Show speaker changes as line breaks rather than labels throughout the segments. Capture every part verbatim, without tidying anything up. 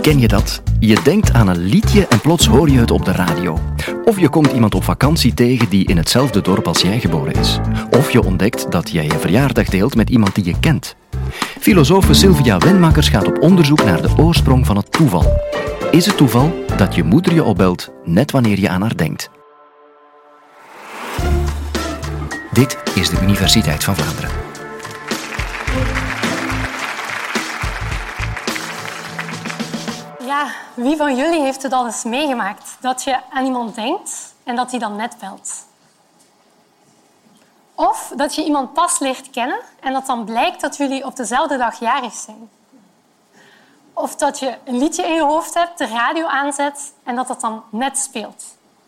Ken je dat? Je denkt aan een liedje en plots hoor je het op de radio. Of je komt iemand op vakantie tegen die in hetzelfde dorp als jij geboren is. Of je ontdekt dat jij je verjaardag deelt met iemand die je kent. Filosofe Sylvia Wenmakers gaat op onderzoek naar de oorsprong van het toeval. Is het toeval dat je moeder je opbelt net wanneer je aan haar denkt? Dit is de Universiteit van Vlaanderen.
Ja, wie van jullie heeft het al eens meegemaakt? Dat je aan iemand denkt en dat hij dan net belt. Of dat je iemand pas leert kennen en dat dan blijkt dat jullie op dezelfde dag jarig zijn. Of dat je een liedje in je hoofd hebt, de radio aanzet en dat dat dan net speelt.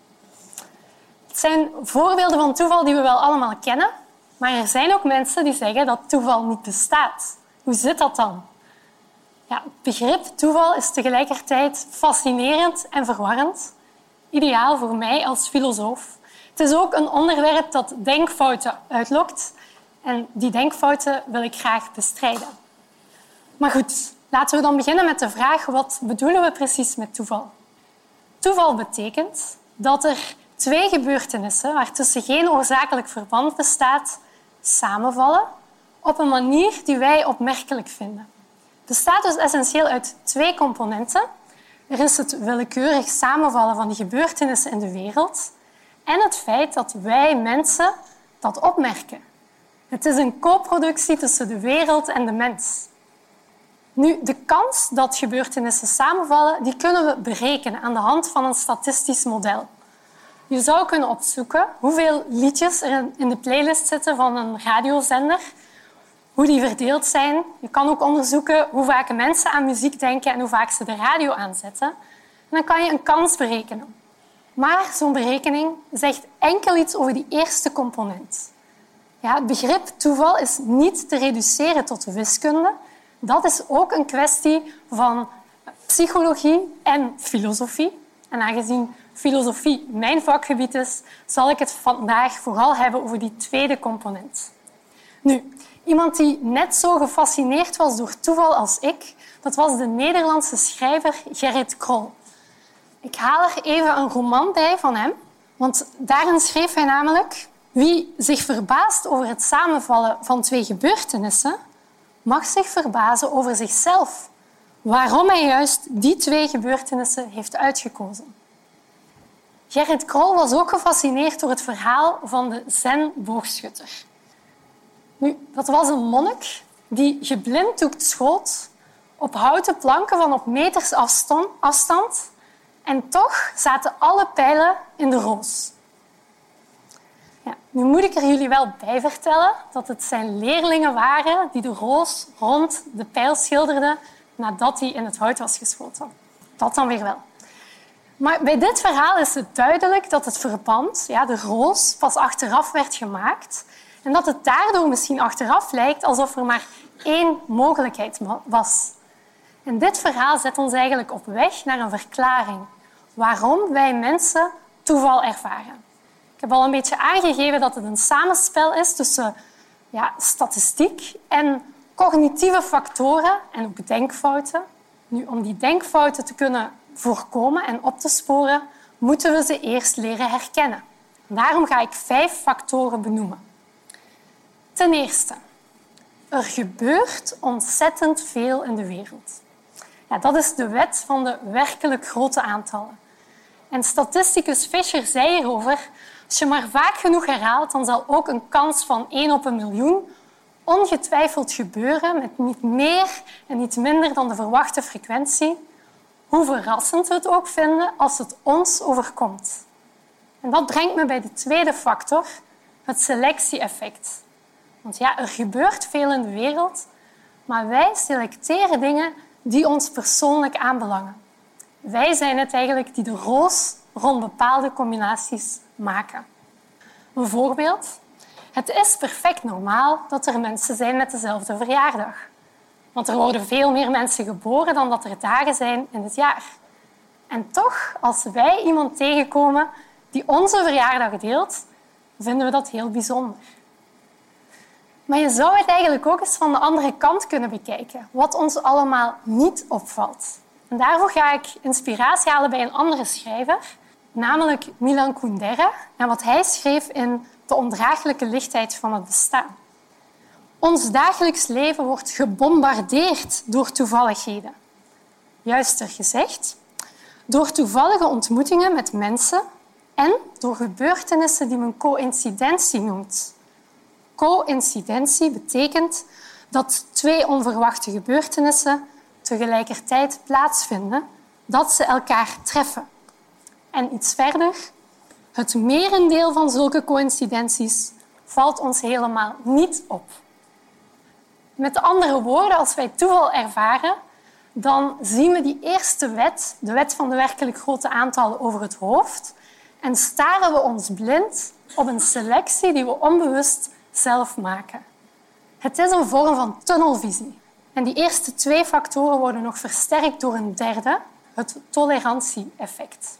Het zijn voorbeelden van toeval die we wel allemaal kennen, maar er zijn ook mensen die zeggen dat toeval niet bestaat. Hoe zit dat dan? Ja, het begrip toeval is tegelijkertijd fascinerend en verwarrend. Ideaal voor mij als filosoof. Het is ook een onderwerp dat denkfouten uitlokt. En die denkfouten wil ik graag bestrijden. Maar goed, laten we dan beginnen met de vraag: wat bedoelen we precies met toeval? Toeval betekent dat er twee gebeurtenissen waartussen geen oorzakelijk verband bestaat, samenvallen op een manier die wij opmerkelijk vinden. Het bestaat dus essentieel uit twee componenten. Er is het willekeurig samenvallen van die gebeurtenissen in de wereld en het feit dat wij mensen dat opmerken. Het is een co-productie tussen de wereld en de mens. Nu, de kans dat gebeurtenissen samenvallen, die kunnen we berekenen aan de hand van een statistisch model. Je zou kunnen opzoeken hoeveel liedjes er in de playlist zitten van een radiozender, hoe die verdeeld zijn. Je kan ook onderzoeken hoe vaak mensen aan muziek denken en hoe vaak ze de radio aanzetten. En dan kan je een kans berekenen. Maar zo'n berekening zegt enkel iets over die eerste component. Ja, het begrip toeval is niet te reduceren tot wiskunde. Dat is ook een kwestie van psychologie en filosofie. En aangezien filosofie mijn vakgebied is, zal ik het vandaag vooral hebben over die tweede component. Nu, iemand die net zo gefascineerd was door toeval als ik, dat was de Nederlandse schrijver Gerrit Krol. Ik haal er even een roman bij van hem, want daarin schreef hij namelijk: wie zich verbaast over het samenvallen van twee gebeurtenissen, mag zich verbazen over zichzelf. Waarom hij juist die twee gebeurtenissen heeft uitgekozen. Gerrit Krol was ook gefascineerd door het verhaal van de zen-boogschutter. Nu, dat was een monnik die geblinddoekt schoot op houten planken van op meters afstand en toch zaten alle pijlen in de roos. Ja, nu moet ik er jullie wel bij vertellen dat het zijn leerlingen waren die de roos rond de pijl schilderden nadat hij in het hout was geschoten. Dat dan weer wel. Maar bij dit verhaal is het duidelijk dat het verband, ja, de roos, pas achteraf werd gemaakt en dat het daardoor misschien achteraf lijkt alsof er maar één mogelijkheid was. En dit verhaal zet ons eigenlijk op weg naar een verklaring waarom wij mensen toeval ervaren. Ik heb al een beetje aangegeven dat het een samenspel is tussen ja, statistiek en cognitieve factoren en ook denkfouten. Nu, om die denkfouten te kunnen voorkomen en op te sporen, moeten we ze eerst leren herkennen. Daarom ga ik vijf factoren benoemen. Ten eerste, er gebeurt ontzettend veel in de wereld. Ja, dat is de wet van de werkelijk grote aantallen. En statisticus Fisher zei hierover: als je maar vaak genoeg herhaalt, dan zal ook een kans van één op een miljoen ongetwijfeld gebeuren met niet meer en niet minder dan de verwachte frequentie, hoe verrassend we het ook vinden als het ons overkomt. En dat brengt me bij de tweede factor, het selectie-effect. Want ja, er gebeurt veel in de wereld, maar wij selecteren dingen die ons persoonlijk aanbelangen. Wij zijn het eigenlijk die de roos rond bepaalde combinaties maken. Een voorbeeld. Het is perfect normaal dat er mensen zijn met dezelfde verjaardag. Want er worden veel meer mensen geboren dan dat er dagen zijn in het jaar. En toch, als wij iemand tegenkomen die onze verjaardag deelt, vinden we dat heel bijzonder. Maar je zou het eigenlijk ook eens van de andere kant kunnen bekijken, wat ons allemaal niet opvalt. En daarvoor ga ik inspiratie halen bij een andere schrijver, namelijk Milan Kundera, en wat hij schreef in De ondraaglijke lichtheid van het bestaan. Ons dagelijks leven wordt gebombardeerd door toevalligheden. Juister gezegd, door toevallige ontmoetingen met mensen en door gebeurtenissen die men coïncidentie noemt. Coïncidentie betekent dat twee onverwachte gebeurtenissen tegelijkertijd plaatsvinden, dat ze elkaar treffen. En iets verder, het merendeel van zulke coïncidenties valt ons helemaal niet op. Met andere woorden, als wij toeval ervaren, dan zien we die eerste wet, de wet van de werkelijk grote aantallen, over het hoofd en staren we ons blind op een selectie die we onbewust zelf maken. Het is een vorm van tunnelvisie. En die eerste twee factoren worden nog versterkt door een derde, het tolerantie-effect.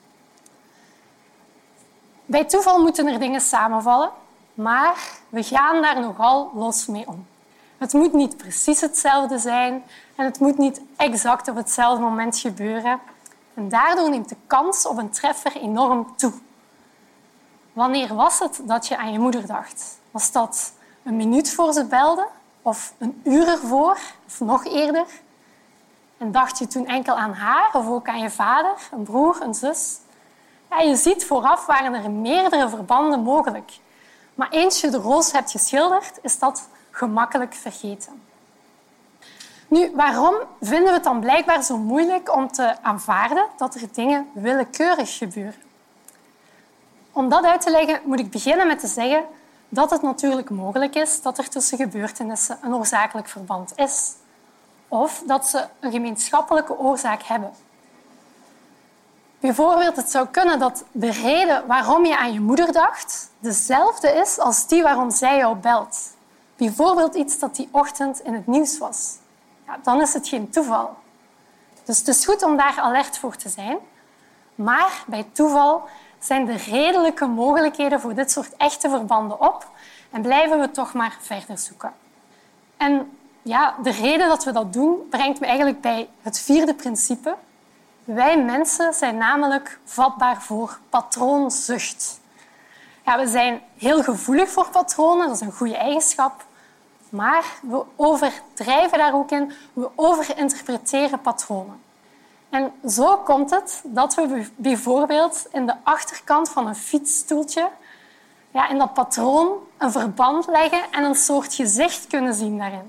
Bij toeval moeten er dingen samenvallen, maar we gaan daar nogal los mee om. Het moet niet precies hetzelfde zijn en het moet niet exact op hetzelfde moment gebeuren. En daardoor neemt de kans op een treffer enorm toe. Wanneer was het dat je aan je moeder dacht? Was dat een minuut voor ze belde? Of een uur ervoor? Of nog eerder? En dacht je toen enkel aan haar of ook aan je vader, een broer, een zus? Ja, je ziet, vooraf waren er meerdere verbanden mogelijk. Maar eens je de roos hebt geschilderd, is dat gemakkelijk vergeten. Nu, waarom vinden we het dan blijkbaar zo moeilijk om te aanvaarden dat er dingen willekeurig gebeuren? Om dat uit te leggen, moet ik beginnen met te zeggen dat het natuurlijk mogelijk is dat er tussen gebeurtenissen een oorzakelijk verband is. Of dat ze een gemeenschappelijke oorzaak hebben. Bijvoorbeeld, het zou kunnen dat de reden waarom je aan je moeder dacht dezelfde is als die waarom zij jou belt. Bijvoorbeeld iets dat die ochtend in het nieuws was. Ja, dan is het geen toeval. Dus het is goed om daar alert voor te zijn. Maar bij toeval zijn de redelijke mogelijkheden voor dit soort echte verbanden op en blijven we toch maar verder zoeken. En ja, de reden dat we dat doen brengt me eigenlijk bij het vierde principe. Wij mensen zijn namelijk vatbaar voor patroonzucht. Ja, we zijn heel gevoelig voor patronen, dat is een goede eigenschap. Maar we overdrijven daar ook in. We overinterpreteren patronen. En zo komt het dat we bijvoorbeeld in de achterkant van een fietsstoeltje ja, in dat patroon een verband leggen en een soort gezicht kunnen zien daarin.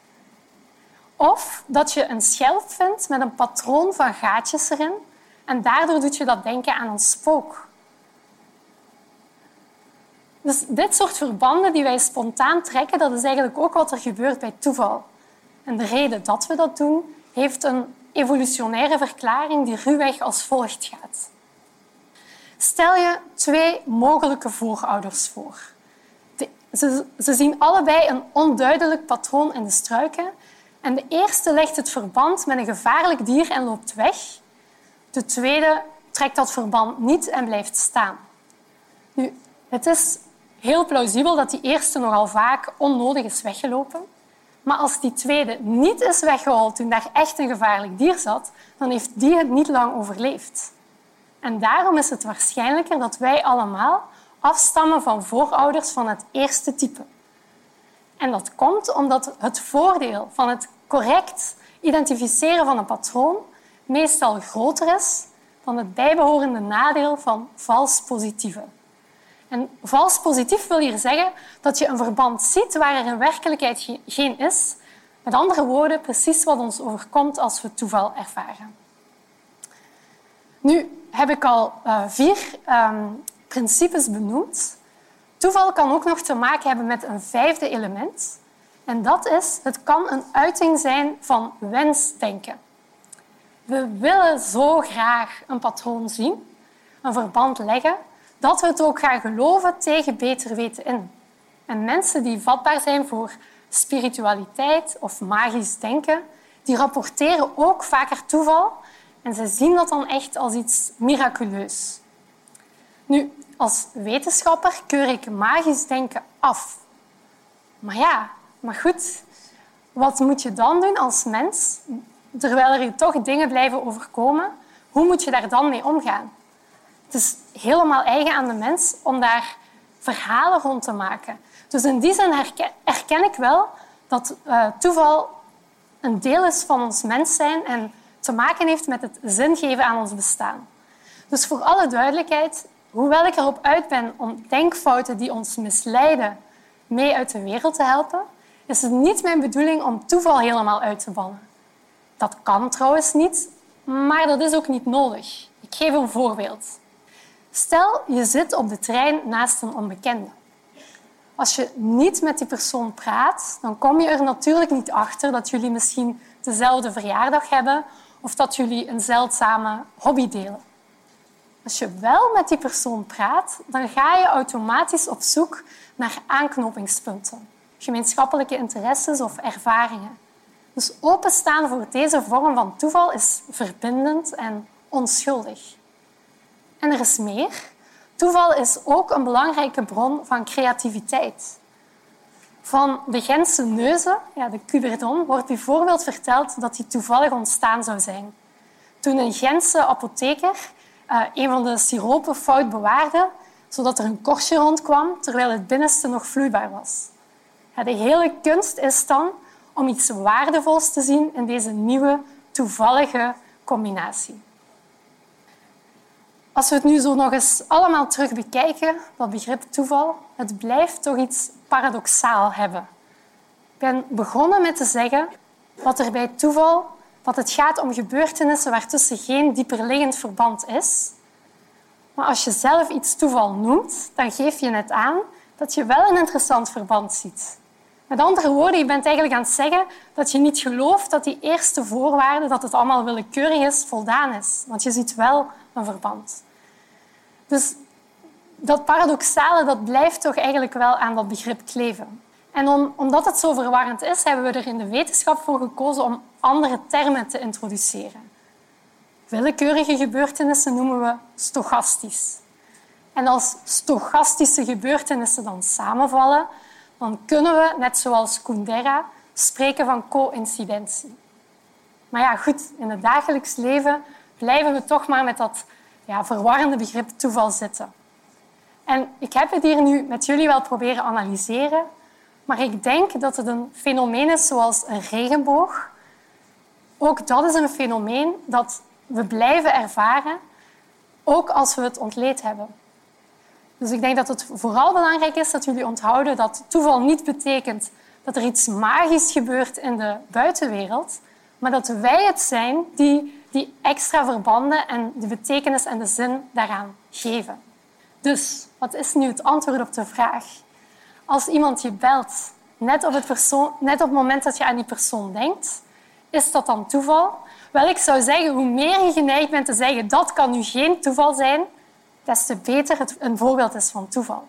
Of dat je een schelp vindt met een patroon van gaatjes erin en daardoor doet je dat denken aan een spook. Dus dit soort verbanden die wij spontaan trekken, dat is eigenlijk ook wat er gebeurt bij toeval. En de reden dat we dat doen, heeft een evolutionaire verklaring die ruwweg als volgt gaat. Stel je twee mogelijke voorouders voor. De, ze, ze zien allebei een onduidelijk patroon in de struiken en de eerste legt het verband met een gevaarlijk dier en loopt weg. De tweede trekt dat verband niet en blijft staan. Nu, het is heel plausibel dat die eerste nogal vaak onnodig is weggelopen. Maar als die tweede niet is weggehaald toen daar echt een gevaarlijk dier zat, dan heeft die het niet lang overleefd. En daarom is het waarschijnlijker dat wij allemaal afstammen van voorouders van het eerste type. En dat komt omdat het voordeel van het correct identificeren van een patroon meestal groter is dan het bijbehorende nadeel van vals positieve. En vals positief wil hier zeggen dat je een verband ziet waar er in werkelijkheid geen is. Met andere woorden, precies wat ons overkomt als we toeval ervaren. Nu heb ik al uh, vier um, principes benoemd. Toeval kan ook nog te maken hebben met een vijfde element. En dat is, het kan een uiting zijn van wensdenken. We willen zo graag een patroon zien, een verband leggen, dat we het ook gaan geloven tegen beter weten in. En mensen die vatbaar zijn voor spiritualiteit of magisch denken, die rapporteren ook vaker toeval en ze zien dat dan echt als iets miraculeus. Nu, als wetenschapper keur ik magisch denken af. Maar ja, maar goed, wat moet je dan doen als mens terwijl er je toch dingen blijven overkomen, hoe moet je daar dan mee omgaan? Het is helemaal eigen aan de mens om daar verhalen rond te maken. Dus in die zin herken ik wel dat uh, toeval een deel is van ons mens zijn en te maken heeft met het zingeven aan ons bestaan. Dus voor alle duidelijkheid, hoewel ik erop uit ben om denkfouten die ons misleiden mee uit de wereld te helpen, is het niet mijn bedoeling om toeval helemaal uit te bannen. Dat kan trouwens niet, maar dat is ook niet nodig. Ik geef een voorbeeld. Stel, je zit op de trein naast een onbekende. Als je niet met die persoon praat, dan kom je er natuurlijk niet achter dat jullie misschien dezelfde verjaardag hebben of dat jullie een zeldzame hobby delen. Als je wel met die persoon praat, dan ga je automatisch op zoek naar aanknopingspunten, gemeenschappelijke interesses of ervaringen. Dus openstaan voor deze vorm van toeval is verbindend en onschuldig. En er is meer. Toeval is ook een belangrijke bron van creativiteit. Van de Gentse neuzen, ja, de cuberdon, wordt bijvoorbeeld verteld dat die toevallig ontstaan zou zijn. Toen een Gentse apotheker uh, een van de siropen fout bewaarde, zodat er een korstje rondkwam, terwijl het binnenste nog vloeibaar was. Ja, de hele kunst is dan om iets waardevols te zien in deze nieuwe, toevallige combinatie. Als we het nu zo nog eens allemaal terug bekijken, dat begrip toeval, het blijft toch iets paradoxaal hebben. Ik ben begonnen met te zeggen dat er bij toeval dat het gaat om gebeurtenissen waartussen geen dieperliggend verband is. Maar als je zelf iets toeval noemt, dan geef je net aan dat je wel een interessant verband ziet. Met andere woorden, je bent eigenlijk aan het zeggen dat je niet gelooft dat die eerste voorwaarde, dat het allemaal willekeurig is, voldaan is. Want je ziet wel een verband. Dus dat paradoxale, dat blijft toch eigenlijk wel aan dat begrip kleven. En om, omdat het zo verwarrend is, hebben we er in de wetenschap voor gekozen om andere termen te introduceren. Willekeurige gebeurtenissen noemen we stochastisch. En als stochastische gebeurtenissen dan samenvallen, dan kunnen we, net zoals Kundera, spreken van coïncidentie. Maar ja, goed, in het dagelijks leven blijven we toch maar met dat ja, verwarrende begrip toeval zitten. En ik heb het hier nu met jullie wel proberen analyseren, maar ik denk dat het een fenomeen is zoals een regenboog. Ook dat is een fenomeen dat we blijven ervaren, ook als we het ontleed hebben. Dus ik denk dat het vooral belangrijk is dat jullie onthouden dat toeval niet betekent dat er iets magisch gebeurt in de buitenwereld, maar dat wij het zijn die die extra verbanden en de betekenis en de zin daaraan geven. Dus, wat is nu het antwoord op de vraag? Als iemand je belt, net op het, persoon, net op het moment dat je aan die persoon denkt, is dat dan toeval? Wel, ik zou zeggen, hoe meer je geneigd bent te zeggen dat kan nu geen toeval zijn, des te beter het een voorbeeld is van toeval.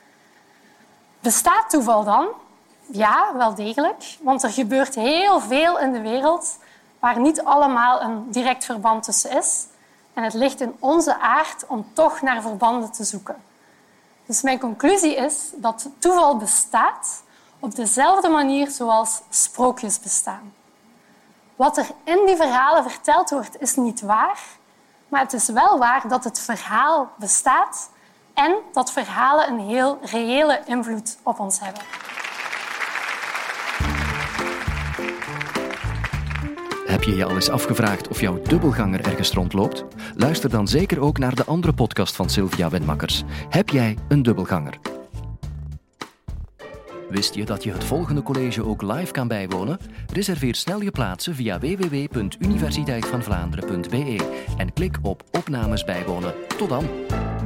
Bestaat toeval dan? Ja, wel degelijk. Want er gebeurt heel veel in de wereld waar niet allemaal een direct verband tussen is. En het ligt in onze aard om toch naar verbanden te zoeken. Dus mijn conclusie is dat toeval bestaat op dezelfde manier zoals sprookjes bestaan. Wat er in die verhalen verteld wordt, is niet waar. Maar het is wel waar dat het verhaal bestaat en dat verhalen een heel reële invloed op ons hebben.
Heb je je al eens afgevraagd of jouw dubbelganger ergens rondloopt? Luister dan zeker ook naar de andere podcast van Sylvia Windmakkers. Heb jij een dubbelganger? Wist je dat je het volgende college ook live kan bijwonen? Reserveer snel je plaatsen via w w w punt universiteit van vlaanderen punt b e en klik op opnames bijwonen. Tot dan!